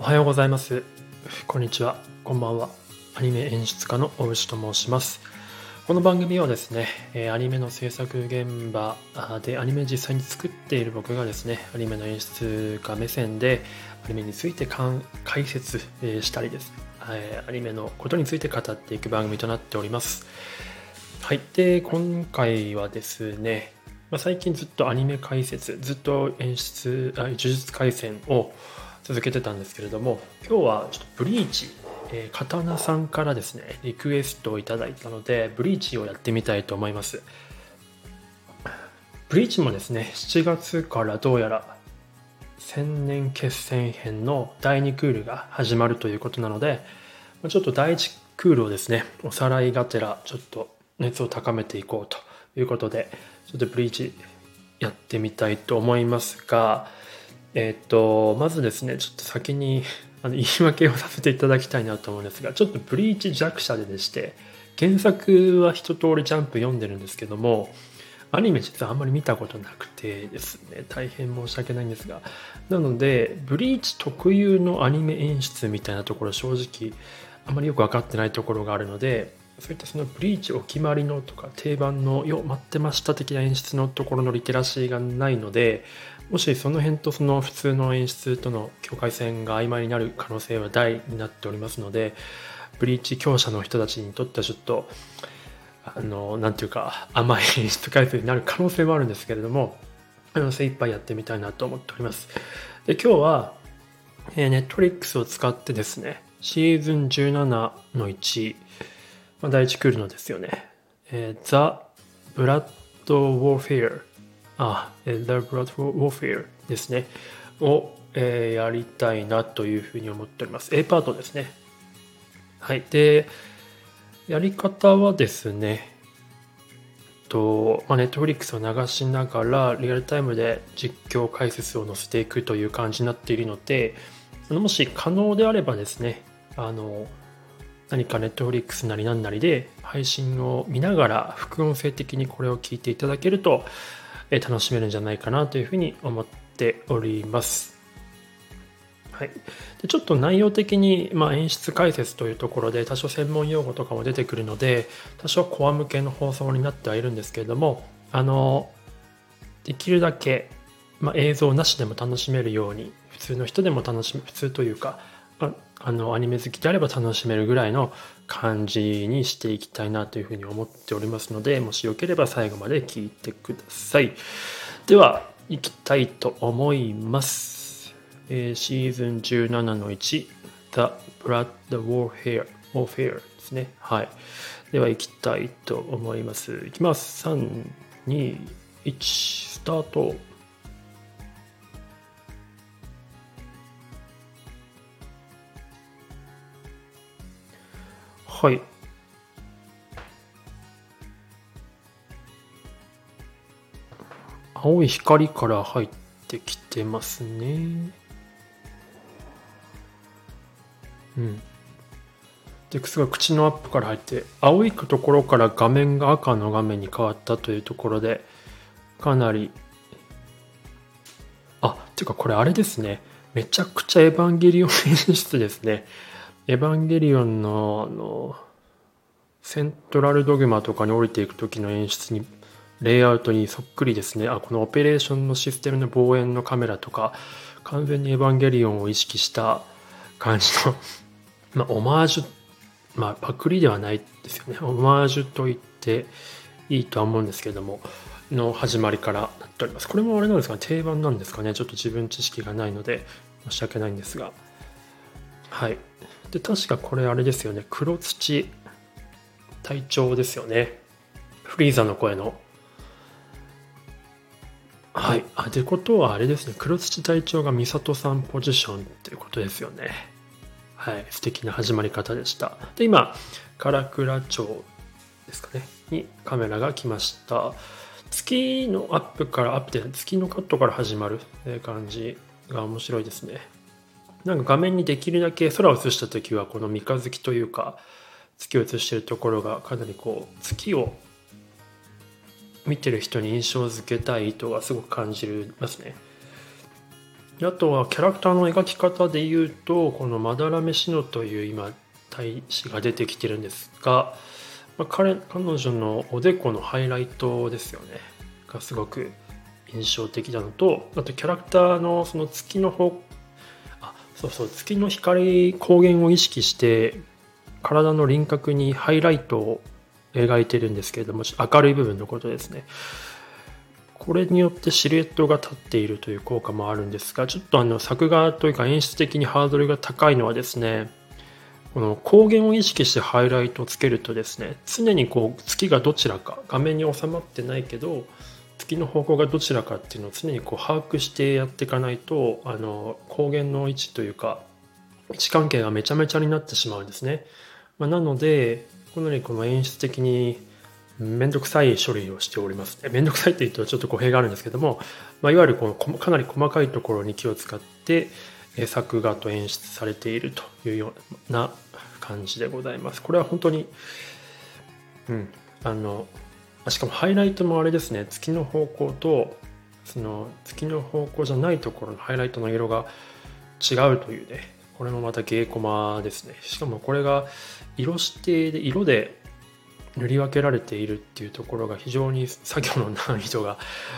おはようございます。こんにちは。こんばんは。アニメ演出家の大内と申します。この番組はですね、アニメの制作現場でアニメ実際に作っている僕がですね、アニメの演出家目線でアニメについて解説したりですね、アニメのことについて語っていく番組となっております。はい。で、今回はですね、最近ずっとアニメ解説、ずっと呪術廻戦を続けてたんですけれども、今日はちょっとブリーチ、刀さんからですね、リクエストをいただいたので、ブリーチをやってみたいと思います。ブリーチもですね、7月からどうやら千年決戦編の第2クールが始まるということなので、ちょっと第1クールをですね、おさらいがてらちょっと熱を高めていこうということで、ちょっとブリーチやってみたいと思いますが、まずですね、ちょっと先に言い訳をさせていただきたいなと思うんですが、ちょっとブリーチ弱者でして、原作は一通りジャンプ読んでるんですけども、アニメ実はあんまり見たことなくてですね、大変申し訳ないんですが、なので、ブリーチ特有のアニメ演出みたいなところ、正直、あまりよく分かってないところがあるので、そういったそのブリーチお決まりのとか定番の待ってました的な演出のところのリテラシーがないので、もしその辺とその普通の演出との境界線が曖昧になる可能性は大になっておりますので、ブリーチ強者の人たちにとってはちょっとなんていうか甘い演出回数になる可能性もあるんですけれども、精一杯やってみたいなと思っております。で、今日は、Netflix を使ってですね、シーズン17の1、第1クールのですよね、The Blood Warfare The Blood Warfare ですねを、やりたいなというふうに思っております。A パートですね。はい。で、やり方はですね、Netflix を流しながらリアルタイムで実況解説を載せていくという感じになっているので、もし可能であればですね、何か Netflix なりなんなりで配信を見ながら副音声的にこれを聞いていただけると楽しめるんじゃないかなというふうに思っております。はい、でちょっと内容的に、演出解説というところで多少専門用語とかも出てくるので、多少コア向けの放送になってはいるんですけれども、できるだけ、映像なしでも楽しめるように、普通の人でも普通というか、アニメ好きであれば楽しめるぐらいの感じにしていきたいなというふうに思っておりますので、もしよければ最後まで聞いてください。では、いきたいと思います。シーズン17の1、The Blood Warfare ですね。はい。では、いきたいと思います。いきます。3、2、1、スタート。はい。青い光から入ってきてますね。ですごい口のアップから入って、青いところから画面が赤の画面に変わったというところで、かなり、ていうかこれあれですね。めちゃくちゃエヴァンゲリオン演出ですね。エヴァンゲリオンのセントラルドグマとかに降りていく時の演出に、レイアウトにそっくりですね。このオペレーションのシステムの望遠のカメラとか、完全にエヴァンゲリオンを意識した感じの、オマージュ、パクリではないですよね。オマージュと言っていいとは思うんですけれども、の始まりからなっております。これもあれなんですかね、定番なんですかね。ちょっと自分知識がないので申し訳ないんですが。はい。で、確かこれあれですよね。黒土隊長ですよね。フリーザの声の。はい。ってことはあれですね。黒土隊長がミサトさんポジションっていうことですよね。はい。素敵な始まり方でした。で、今、唐倉町ですかね。にカメラが来ました。月のアップから月のカットから始まる感じが面白いですね。なんか画面にできるだけ空を映した時はこの三日月というか月を映しているところがかなりこう月を見てる人に印象づけたい意図がすごく感じますね。 あとはキャラクターの描き方で言うと、このまだらめしのという今大使が出てきてるんですが、彼女のおでこのハイライトですよねがすごく印象的なのと、あとキャラクターのその月の月の光光源を意識して体の輪郭にハイライトを描いてるんですけれども、明るい部分のことですね。これによってシルエットが立っているという効果もあるんですが、ちょっと作画というか演出的にハードルが高いのはですね、この光源を意識してハイライトをつけるとですね、常にこう月がどちらか、画面に収まってないけど月の方向がどちらかっていうのを常にこう把握してやっていかないと、光源の位置というか位置関係がめちゃめちゃになってしまうんですね。なのでこの演出的にめんどくさい処理をしておりますね。めんどくさいって言うとちょっと語弊があるんですけども、いわゆるこのかなり細かいところに気を使って作画と演出されているというような感じでございます。これは本当に、しかもハイライトもあれですね、月の方向とその月の方向じゃないところのハイライトの色が違うというね、これもまた芸駒ですね。しかもこれが色指定で色で塗り分けられているっていうところが非常に作業の難易度が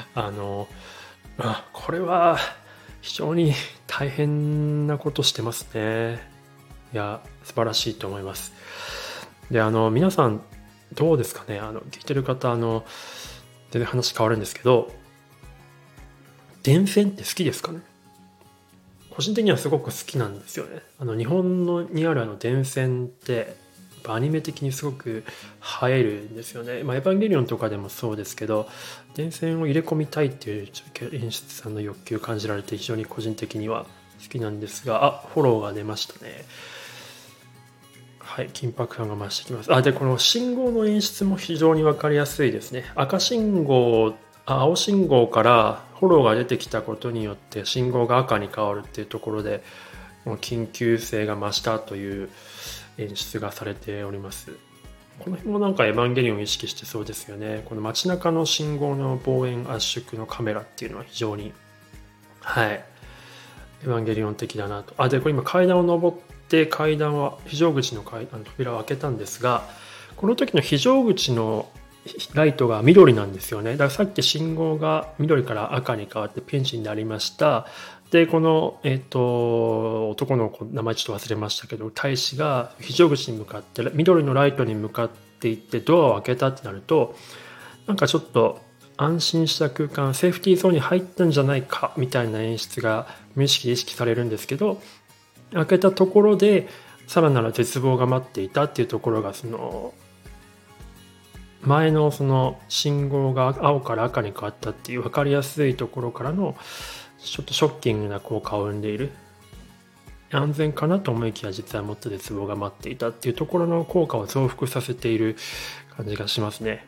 これは非常に大変なことしてますね。いや素晴らしいと思います。で皆さんどうですかね、聞いてる方全然話変わるんですけど、電線って好きですかね。個人的にはすごく好きなんですよね。日本にある電線ってアニメ的にすごく映えるんですよね。エヴァンゲリオンとかでもそうですけど、電線を入れ込みたいっていう演出さんの欲求を感じられて非常に個人的には好きなんですが、フォローが出ましたね。はい、緊迫感が増してきます。でこの信号の演出も非常に分かりやすいですね。青信号からフォローが出てきたことによって信号が赤に変わるっていうところで緊急性が増したという演出がされております。この辺もなんかエヴァンゲリオンを意識してそうですよね。この街中の信号の望遠圧縮のカメラっていうのは非常にエヴァンゲリオン的だなと。でこれ今階段を上って非常口の扉を開けたんですが、この時の非常口のライトが緑なんですよね。だからさっき信号が緑から赤に変わってピンチになりました。でこの、男の子名前ちょっと忘れましたけど、大使が非常口に向かって緑のライトに向かっていってドアを開けたってなると、なんかちょっと安心した空間、セーフティーゾーンに入ったんじゃないかみたいな演出が無意識で意識されるんですけど、開けたところでさらなる絶望が待っていたっていうところが、その前のその信号が青から赤に変わったっていう分かりやすいところからのちょっとショッキングな効果を生んでいる。安全かなと思いきや実はもっと絶望が待っていたっていうところの効果を増幅させている感じがしますね。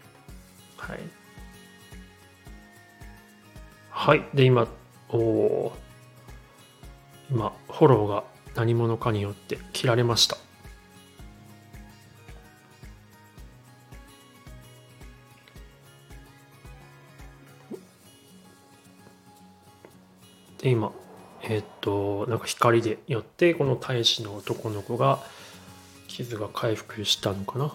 はい。で今フォローが何者かによって切られました。で今なんか光でよってこの大使の男の子が傷が回復したのかな。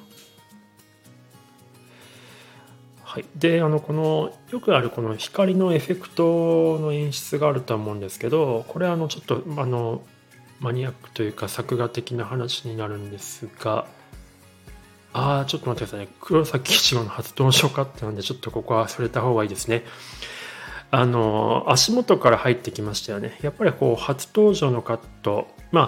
はい、でこのよくあるこの光のエフェクトの演出があると思うんですけど、これちょっとマニアックというか作画的な話になるんですが、ちょっと待ってくださいね。黒崎一護の初登場かってなんでちょっとここはそれた方がいいですね。足元から入ってきましたよね。やっぱりこう初登場のカット、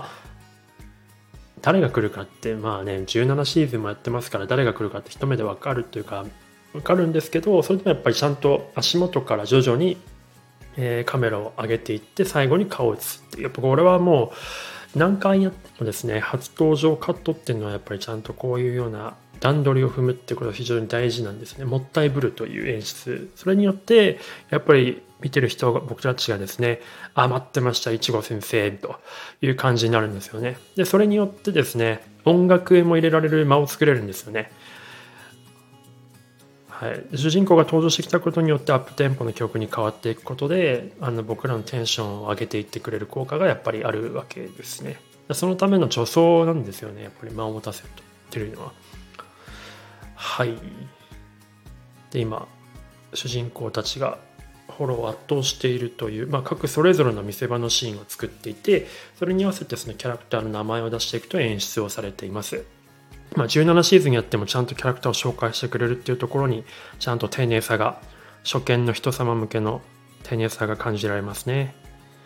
誰が来るかって17シーズンもやってますから、誰が来るかって一目で分かるというか分かるんですけど、それでもやっぱりちゃんと足元から徐々に、カメラを上げていって最後に顔を映すっていう、やっぱこれはもう何回やってもですね、初登場カットっていうのはやっぱりちゃんとこういうような段取りを踏むってことが非常に大事なんですね。もったいぶるという演出、それによってやっぱり見てる人が、僕たちがですね、待ってましたいちご先生という感じになるんですよね。でそれによってですね、音楽も入れられる間を作れるんですよね。 はい、主人公が登場してきたことによってアップテンポの曲に変わっていくことで僕らのテンションを上げていってくれる効果がやっぱりあるわけですね。そのための助走なんですよね、やっぱり間を持たせるというのは。はい。で今主人公たちがフォローを圧倒しているという、各それぞれの見せ場のシーンを作っていて、それに合わせてそのキャラクターの名前を出していくと演出をされています。17シーズンやってもちゃんとキャラクターを紹介してくれるっていうところにちゃんと丁寧さが、初見の人様向けの丁寧さが感じられますね。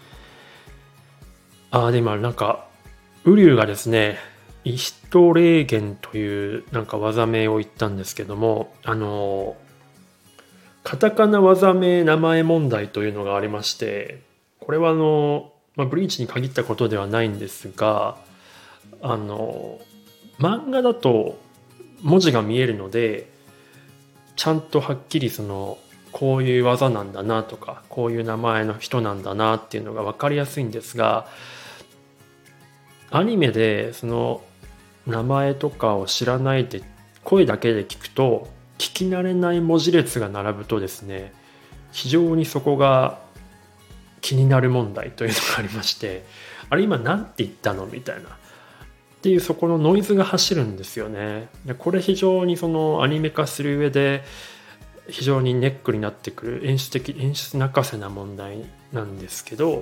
で今ウリュウがですね、イヒトレーゲンという技名を言ったんですけども、カタカナ技名名前問題というのがありまして、これはブリーチに限ったことではないんですが、漫画だと文字が見えるのでちゃんとはっきりこういう技なんだなとか、こういう名前の人なんだなっていうのが分かりやすいんですが、アニメでその名前とかを知らないで声だけで聞くと、聞き慣れない文字列が並ぶとですね、非常にそこが気になる問題というのがありまして、あれ今なんて言ったのみたいなっていう、そこのノイズが走るんですよね。でこれ非常にアニメ化する上で非常にネックになってくる演出泣かせな問題なんですけど、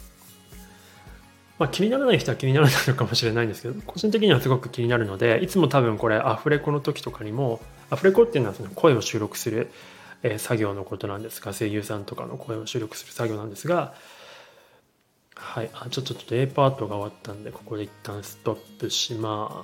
気にならない人は気にならないのかもしれないんですけど、個人的にはすごく気になるので、いつも多分これアフレコの時とかにも、アフレコっていうのはその声を収録する作業のことなんですが、声優さんとかの声を収録する作業なんですが、はい、ちょっと A パートが終わったんで、ここで一旦ストップします。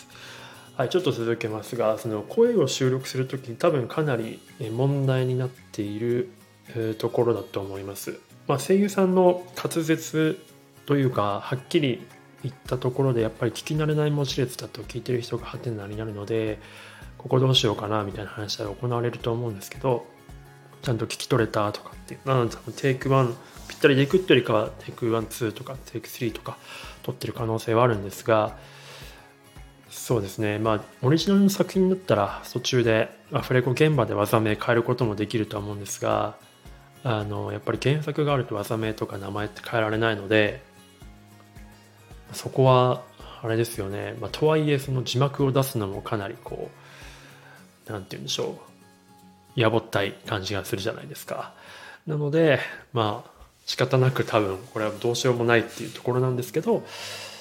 はい、ちょっと続けますが、その声を収録するときに多分かなり問題になっているところだと思います。声優さんの滑舌というか、はっきり言ったところでやっぱり聞き慣れない文字列だと聞いてる人がハテナになるので、ここどうしようかなみたいな話が行われると思うんですけど、ちゃんと聞き取れたとかっていう、テイク1ぴったりでいくってよりかはテイク1、2とかテイク3とか取ってる可能性はあるんですが、そうですね、オリジナルの作品だったら途中でアフレコ現場で技名変えることもできるとは思うんですが、やっぱり原作があると技名とか名前って変えられないので、そこはあれですよね。とはいえその字幕を出すのもかなりなんて言うんでしょう、やぼったい感じがするじゃないですか。なので仕方なく多分これはどうしようもないっていうところなんですけど、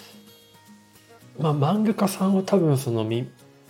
漫画家さんは多分その目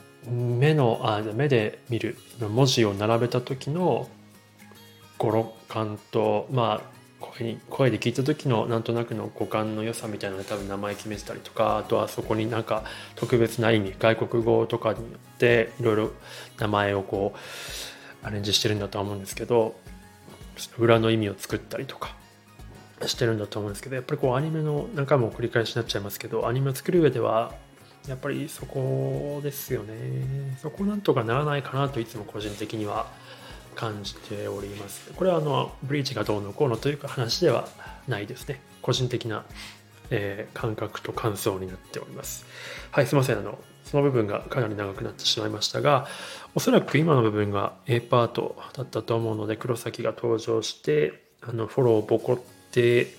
で見る文字を並べた時の語呂感と、声で聞いた時のなんとなくの語感の良さみたいなので多分名前決めてたりとか、あとはそこに特別な意味、外国語とかによっていろいろ名前をアレンジしてるんだとは思うんですけど、裏の意味を作ったりとかしてるんだと思うんですけど、やっぱりアニメの何回も繰り返しになっちゃいますけど、アニメを作る上ではやっぱりそこですよね。そこなんとかならないかなといつも個人的には感じております。これはブリーチがどうのこうのというか話ではないですね。個人的な、感覚と感想になっております。はい、すいません。その部分がかなり長くなってしまいましたが、おそらく今の部分が A パートだったと思うので、黒崎が登場してフォローをボコって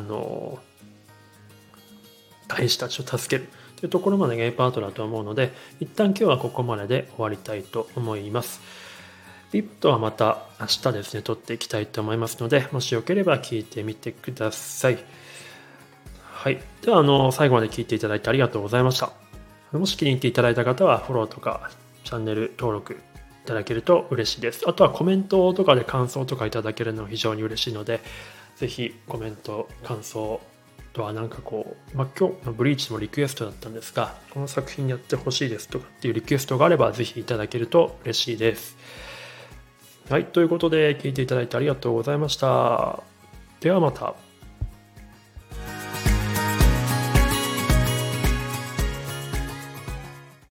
大使たちを助けるというところまでが A パートだと思うので、一旦今日はここまでで終わりたいと思います。ビットはまた明日ですね、撮っていきたいと思いますので、もしよければ聞いてみてください。はい。では、最後まで聞いていただいてありがとうございました。もし気に入っていただいた方は、フォローとかチャンネル登録いただけると嬉しいです。あとはコメントとかで感想とかいただけるの非常に嬉しいので、ぜひコメント、感想とは今日のブリーチもリクエストだったんですが、この作品やってほしいですとかっていうリクエストがあれば、ぜひいただけると嬉しいです。はい、ということで聞いていただいてありがとうございました。ではまた。